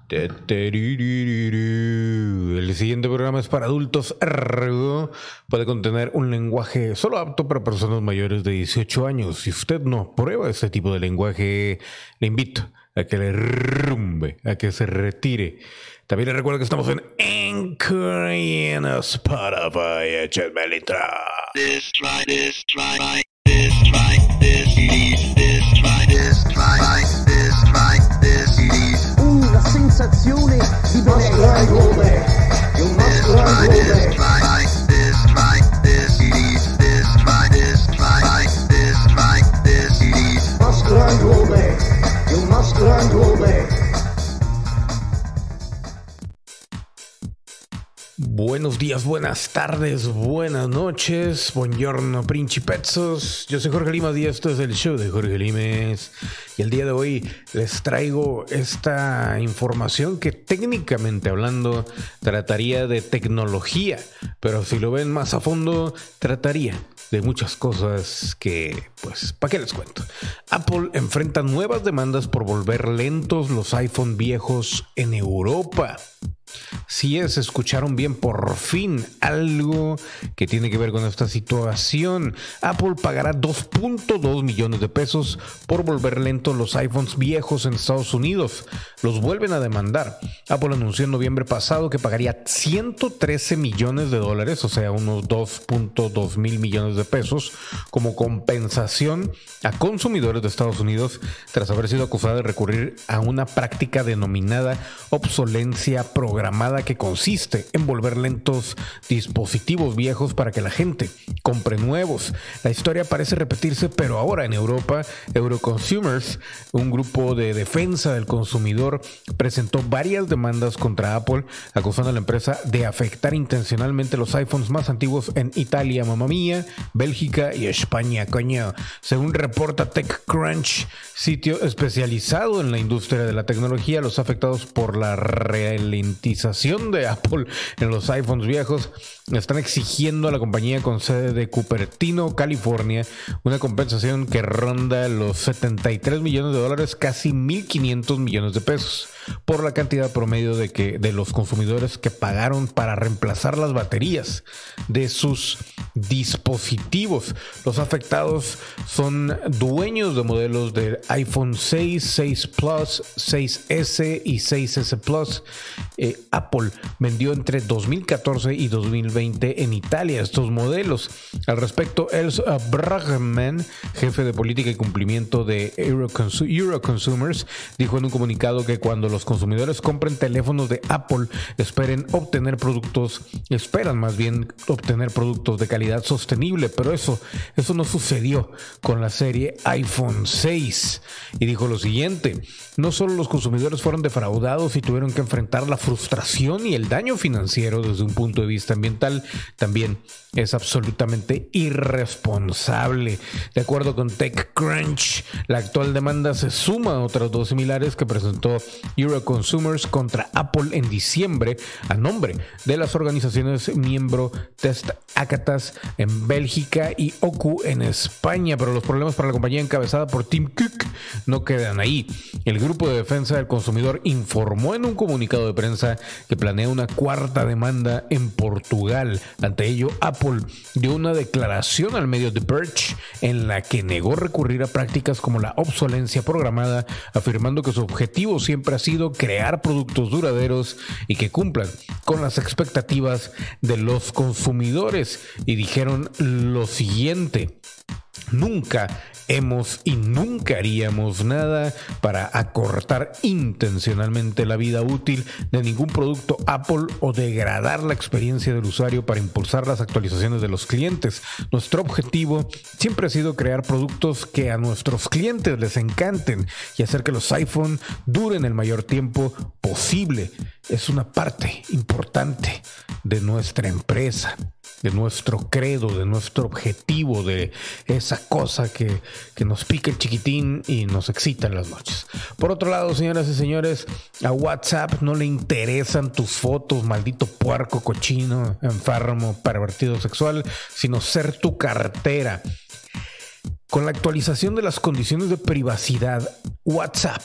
El siguiente programa es para adultos. Puede contener un lenguaje solo apto para personas mayores de 18 años. Si usted no prueba este tipo de lenguaje, le invito a que le rumbe, a que se retire. También le recuerdo que estamos en Anchor y en Spotify. Échenme el intro. Una sensazione di benessere. You must learn Gourmet. Buenos días, buenas tardes, buenas noches. Buongiorno, principezzos. Yo soy Jorge Limas y esto es el show de Jorge Limes. Y el día de hoy les traigo esta información que técnicamente hablando trataría de tecnología, pero si lo ven más a fondo, trataría de muchas cosas que, pues, ¿para qué les cuento? Apple enfrenta nuevas demandas por volver lentos los iPhone viejos en Europa. Si escucharon bien, por fin algo que tiene que ver con esta situación. Apple pagará 2.2 millones de pesos por volver lentos los iPhones viejos en Estados Unidos. Los vuelven a demandar. Apple anunció en noviembre pasado que pagaría 113 millones de dólares, o sea, unos 2.2 mil millones de pesos, como compensación a consumidores de Estados Unidos tras haber sido acusada de recurrir a una práctica denominada obsolencia programada, que consiste en volver lentos dispositivos viejos para que la gente compre nuevos. La historia parece repetirse, pero ahora en Europa, Euroconsumers, un grupo de defensa del consumidor, presentó varias demandas contra Apple, acusando a la empresa de afectar intencionalmente los iPhones más antiguos en Italia, mamma mía, Bélgica y España, coño. Según reporta TechCrunch, sitio especializado en la industria de la tecnología, los afectados por la ralentización de Apple en los iPhones viejos están exigiendo a la compañía con sede de Cupertino, California, una compensación que ronda los 73 millones de dólares, casi 1.500 millones de pesos, por la cantidad promedio de los consumidores que pagaron para reemplazar las baterías de sus dispositivos. Los afectados son dueños de modelos de iPhone 6, 6 Plus, 6S y 6S Plus. Apple vendió entre 2014 y 2020 en Italia estos modelos. Al respecto, Els Brugman, jefe de política y cumplimiento de Euroconsumers, dijo en un comunicado que cuando los consumidores compren teléfonos de Apple, esperan más bien obtener productos de calidad sostenible, pero eso no sucedió con la serie iPhone 6. Y dijo lo siguiente: no solo los consumidores fueron defraudados y tuvieron que enfrentar la frustración y el daño financiero desde un punto de vista ambiental, también es absolutamente irresponsable. De acuerdo con TechCrunch, la actual demanda se suma a otras dos similares que presentó Euroconsumers contra Apple en diciembre a nombre de las organizaciones miembro Test Acatas en Bélgica y OCU en España. Pero los problemas para la compañía encabezada por Tim Cook no quedan ahí. El grupo de defensa del consumidor informó en un comunicado de prensa que planea una cuarta demanda en Portugal. Ante ello, Apple dio una declaración al medio The Verge en la que negó recurrir a prácticas como la obsolencia programada, afirmando que su objetivo siempre ha sido crear productos duraderos y que cumplan con las expectativas de los consumidores. Y dijeron lo siguiente: nunca hemos y nunca haríamos nada para acortar intencionalmente la vida útil de ningún producto Apple o degradar la experiencia del usuario para impulsar las actualizaciones de los clientes. Nuestro objetivo siempre ha sido crear productos que a nuestros clientes les encanten y hacer que los iPhone duren el mayor tiempo posible. Es una parte importante de nuestra empresa, de nuestro credo, de nuestro objetivo, de esa cosa que nos pica el chiquitín y nos excita en las noches. Por otro lado, señoras y señores, a WhatsApp no le interesan tus fotos, maldito puerco, cochino, enfermo, pervertido sexual, sino ser tu cartera. Con la actualización de las condiciones de privacidad, WhatsApp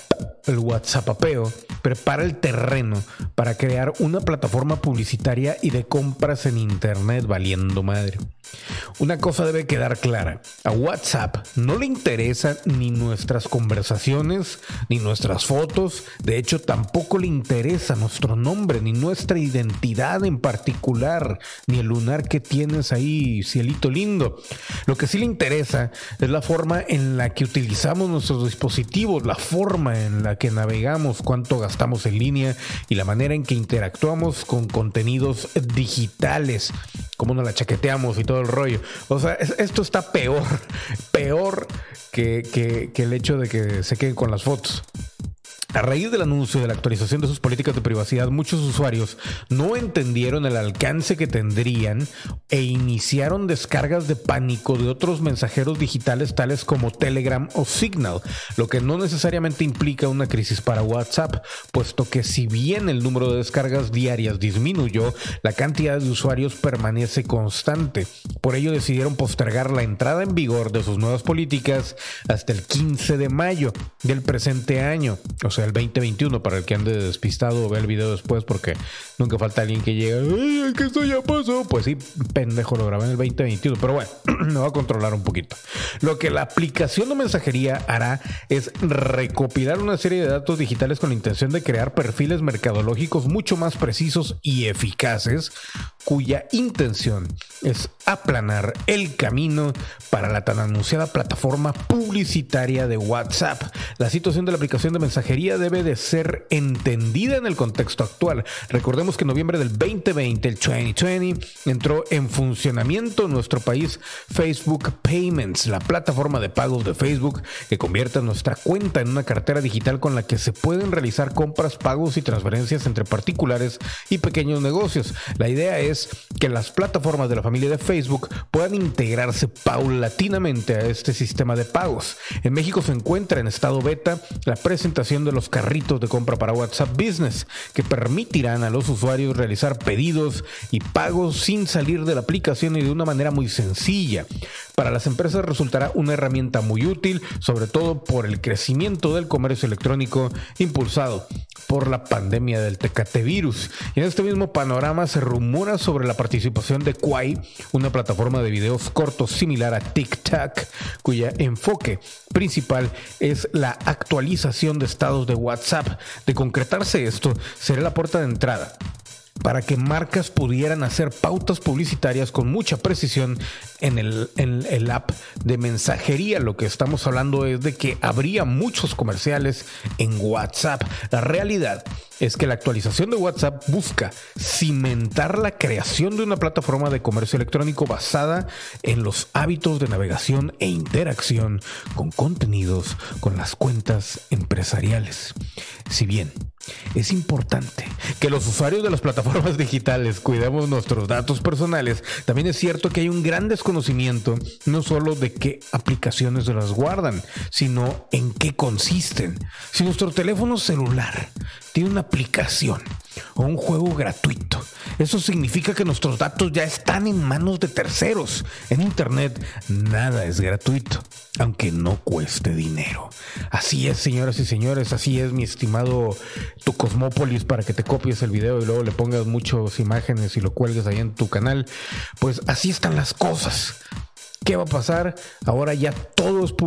WhatsAppapeo prepara el terreno para crear una plataforma publicitaria y de compras en internet valiendo madre. Una cosa debe quedar clara: a WhatsApp no le interesan ni nuestras conversaciones ni nuestras fotos. De hecho, tampoco le interesa nuestro nombre ni nuestra identidad en particular, ni el lunar que tienes ahí, cielito lindo. Lo que sí le interesa es la forma en la que utilizamos nuestros dispositivos, la forma en la que navegamos, cuánto gastamos en línea y la manera en que interactuamos con contenidos digitales, cómo nos la chaqueteamos y todo el rollo. O sea, esto está peor que el hecho de que se queden con las fotos. A raíz del anuncio de la actualización de sus políticas de privacidad, muchos usuarios no entendieron el alcance que tendrían e iniciaron descargas de pánico de otros mensajeros digitales tales como Telegram o Signal, lo que no necesariamente implica una crisis para WhatsApp, puesto que si bien el número de descargas diarias disminuyó, la cantidad de usuarios permanece constante. Por ello decidieron postergar la entrada en vigor de sus nuevas políticas hasta el 15 de mayo del presente año, o sea, el 2021, para el que ande despistado o vea el video después, porque nunca falta alguien que llega, ¡ay, que esto ya pasó! Pues sí, pendejo, lo grabé en el 2021, pero bueno, me va a controlar un poquito. Lo que la aplicación de mensajería hará es recopilar una serie de datos digitales con la intención de crear perfiles mercadológicos mucho más precisos y eficaces, cuya intención es aplanar el camino para la tan anunciada plataforma publicitaria de WhatsApp. La situación de la aplicación de mensajería debe de ser entendida en el contexto actual. Recordemos que en noviembre del 2020, el 2020, entró en funcionamiento en nuestro país Facebook Payments, la plataforma de pagos de Facebook que convierte nuestra cuenta en una cartera digital con la que se pueden realizar compras, pagos y transferencias entre particulares y pequeños negocios. La idea es que las plataformas de la familia de Facebook puedan integrarse paulatinamente a este sistema de pagos. En México se encuentra en estado beta la presentación de los carritos de compra para WhatsApp Business, que permitirán a los usuarios realizar pedidos y pagos sin salir de la aplicación y de una manera muy sencilla. Para las empresas resultará una herramienta muy útil, sobre todo por el crecimiento del comercio electrónico impulsado por la pandemia del Tecate virus. Y en este mismo panorama se rumora sobre la participación de Kwai, una plataforma de videos cortos similar a TikTok, cuya enfoque principal es la actualización de estados de WhatsApp. De concretarse esto, será la puerta de entrada para que marcas pudieran hacer pautas publicitarias con mucha precisión en el app de mensajería. Lo que estamos hablando es de que habría muchos comerciales en WhatsApp. La realidad es que la actualización de WhatsApp busca cimentar la creación de una plataforma de comercio electrónico basada en los hábitos de navegación e interacción con contenidos con las cuentas empresariales. Si bien es importante que los usuarios de las plataformas digitales cuidemos nuestros datos personales, también es cierto que hay un gran desconocimiento no solo de qué aplicaciones se las guardan, sino en qué consisten. Si nuestro teléfono celular tiene una aplicación o un juego gratuito, eso significa que nuestros datos ya están en manos de terceros. En internet nada es gratuito, aunque no cueste dinero. Así es, señoras y señores, así es, mi estimado tu Cosmópolis, para que te copies el video y luego le pongas muchas imágenes y lo cuelgues ahí en tu canal. Pues así están las cosas. ¿Qué va a pasar? Ahora ya todo es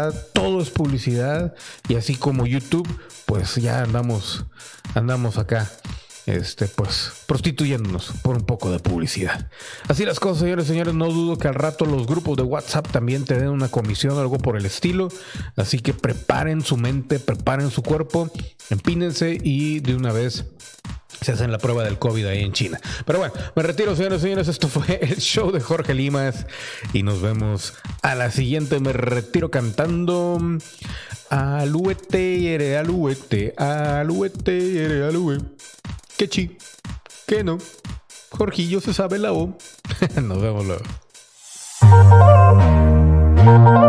publicidad, y así como YouTube, pues ya andamos acá, pues prostituyéndonos por un poco de publicidad. Así las cosas, señores y señores. No dudo que al rato los grupos de WhatsApp también te den una comisión o algo por el estilo. Así que preparen su mente, preparen su cuerpo, empínense y de una vez se hacen la prueba del COVID ahí en China. Pero bueno, me retiro, señores y señores. Esto fue el show de Jorge Limas y nos vemos a la siguiente. Me retiro cantando Aluete, aluete, aluete, aluete. Que chi, que no. Jorgillo se sabe la O. Nos vemos luego.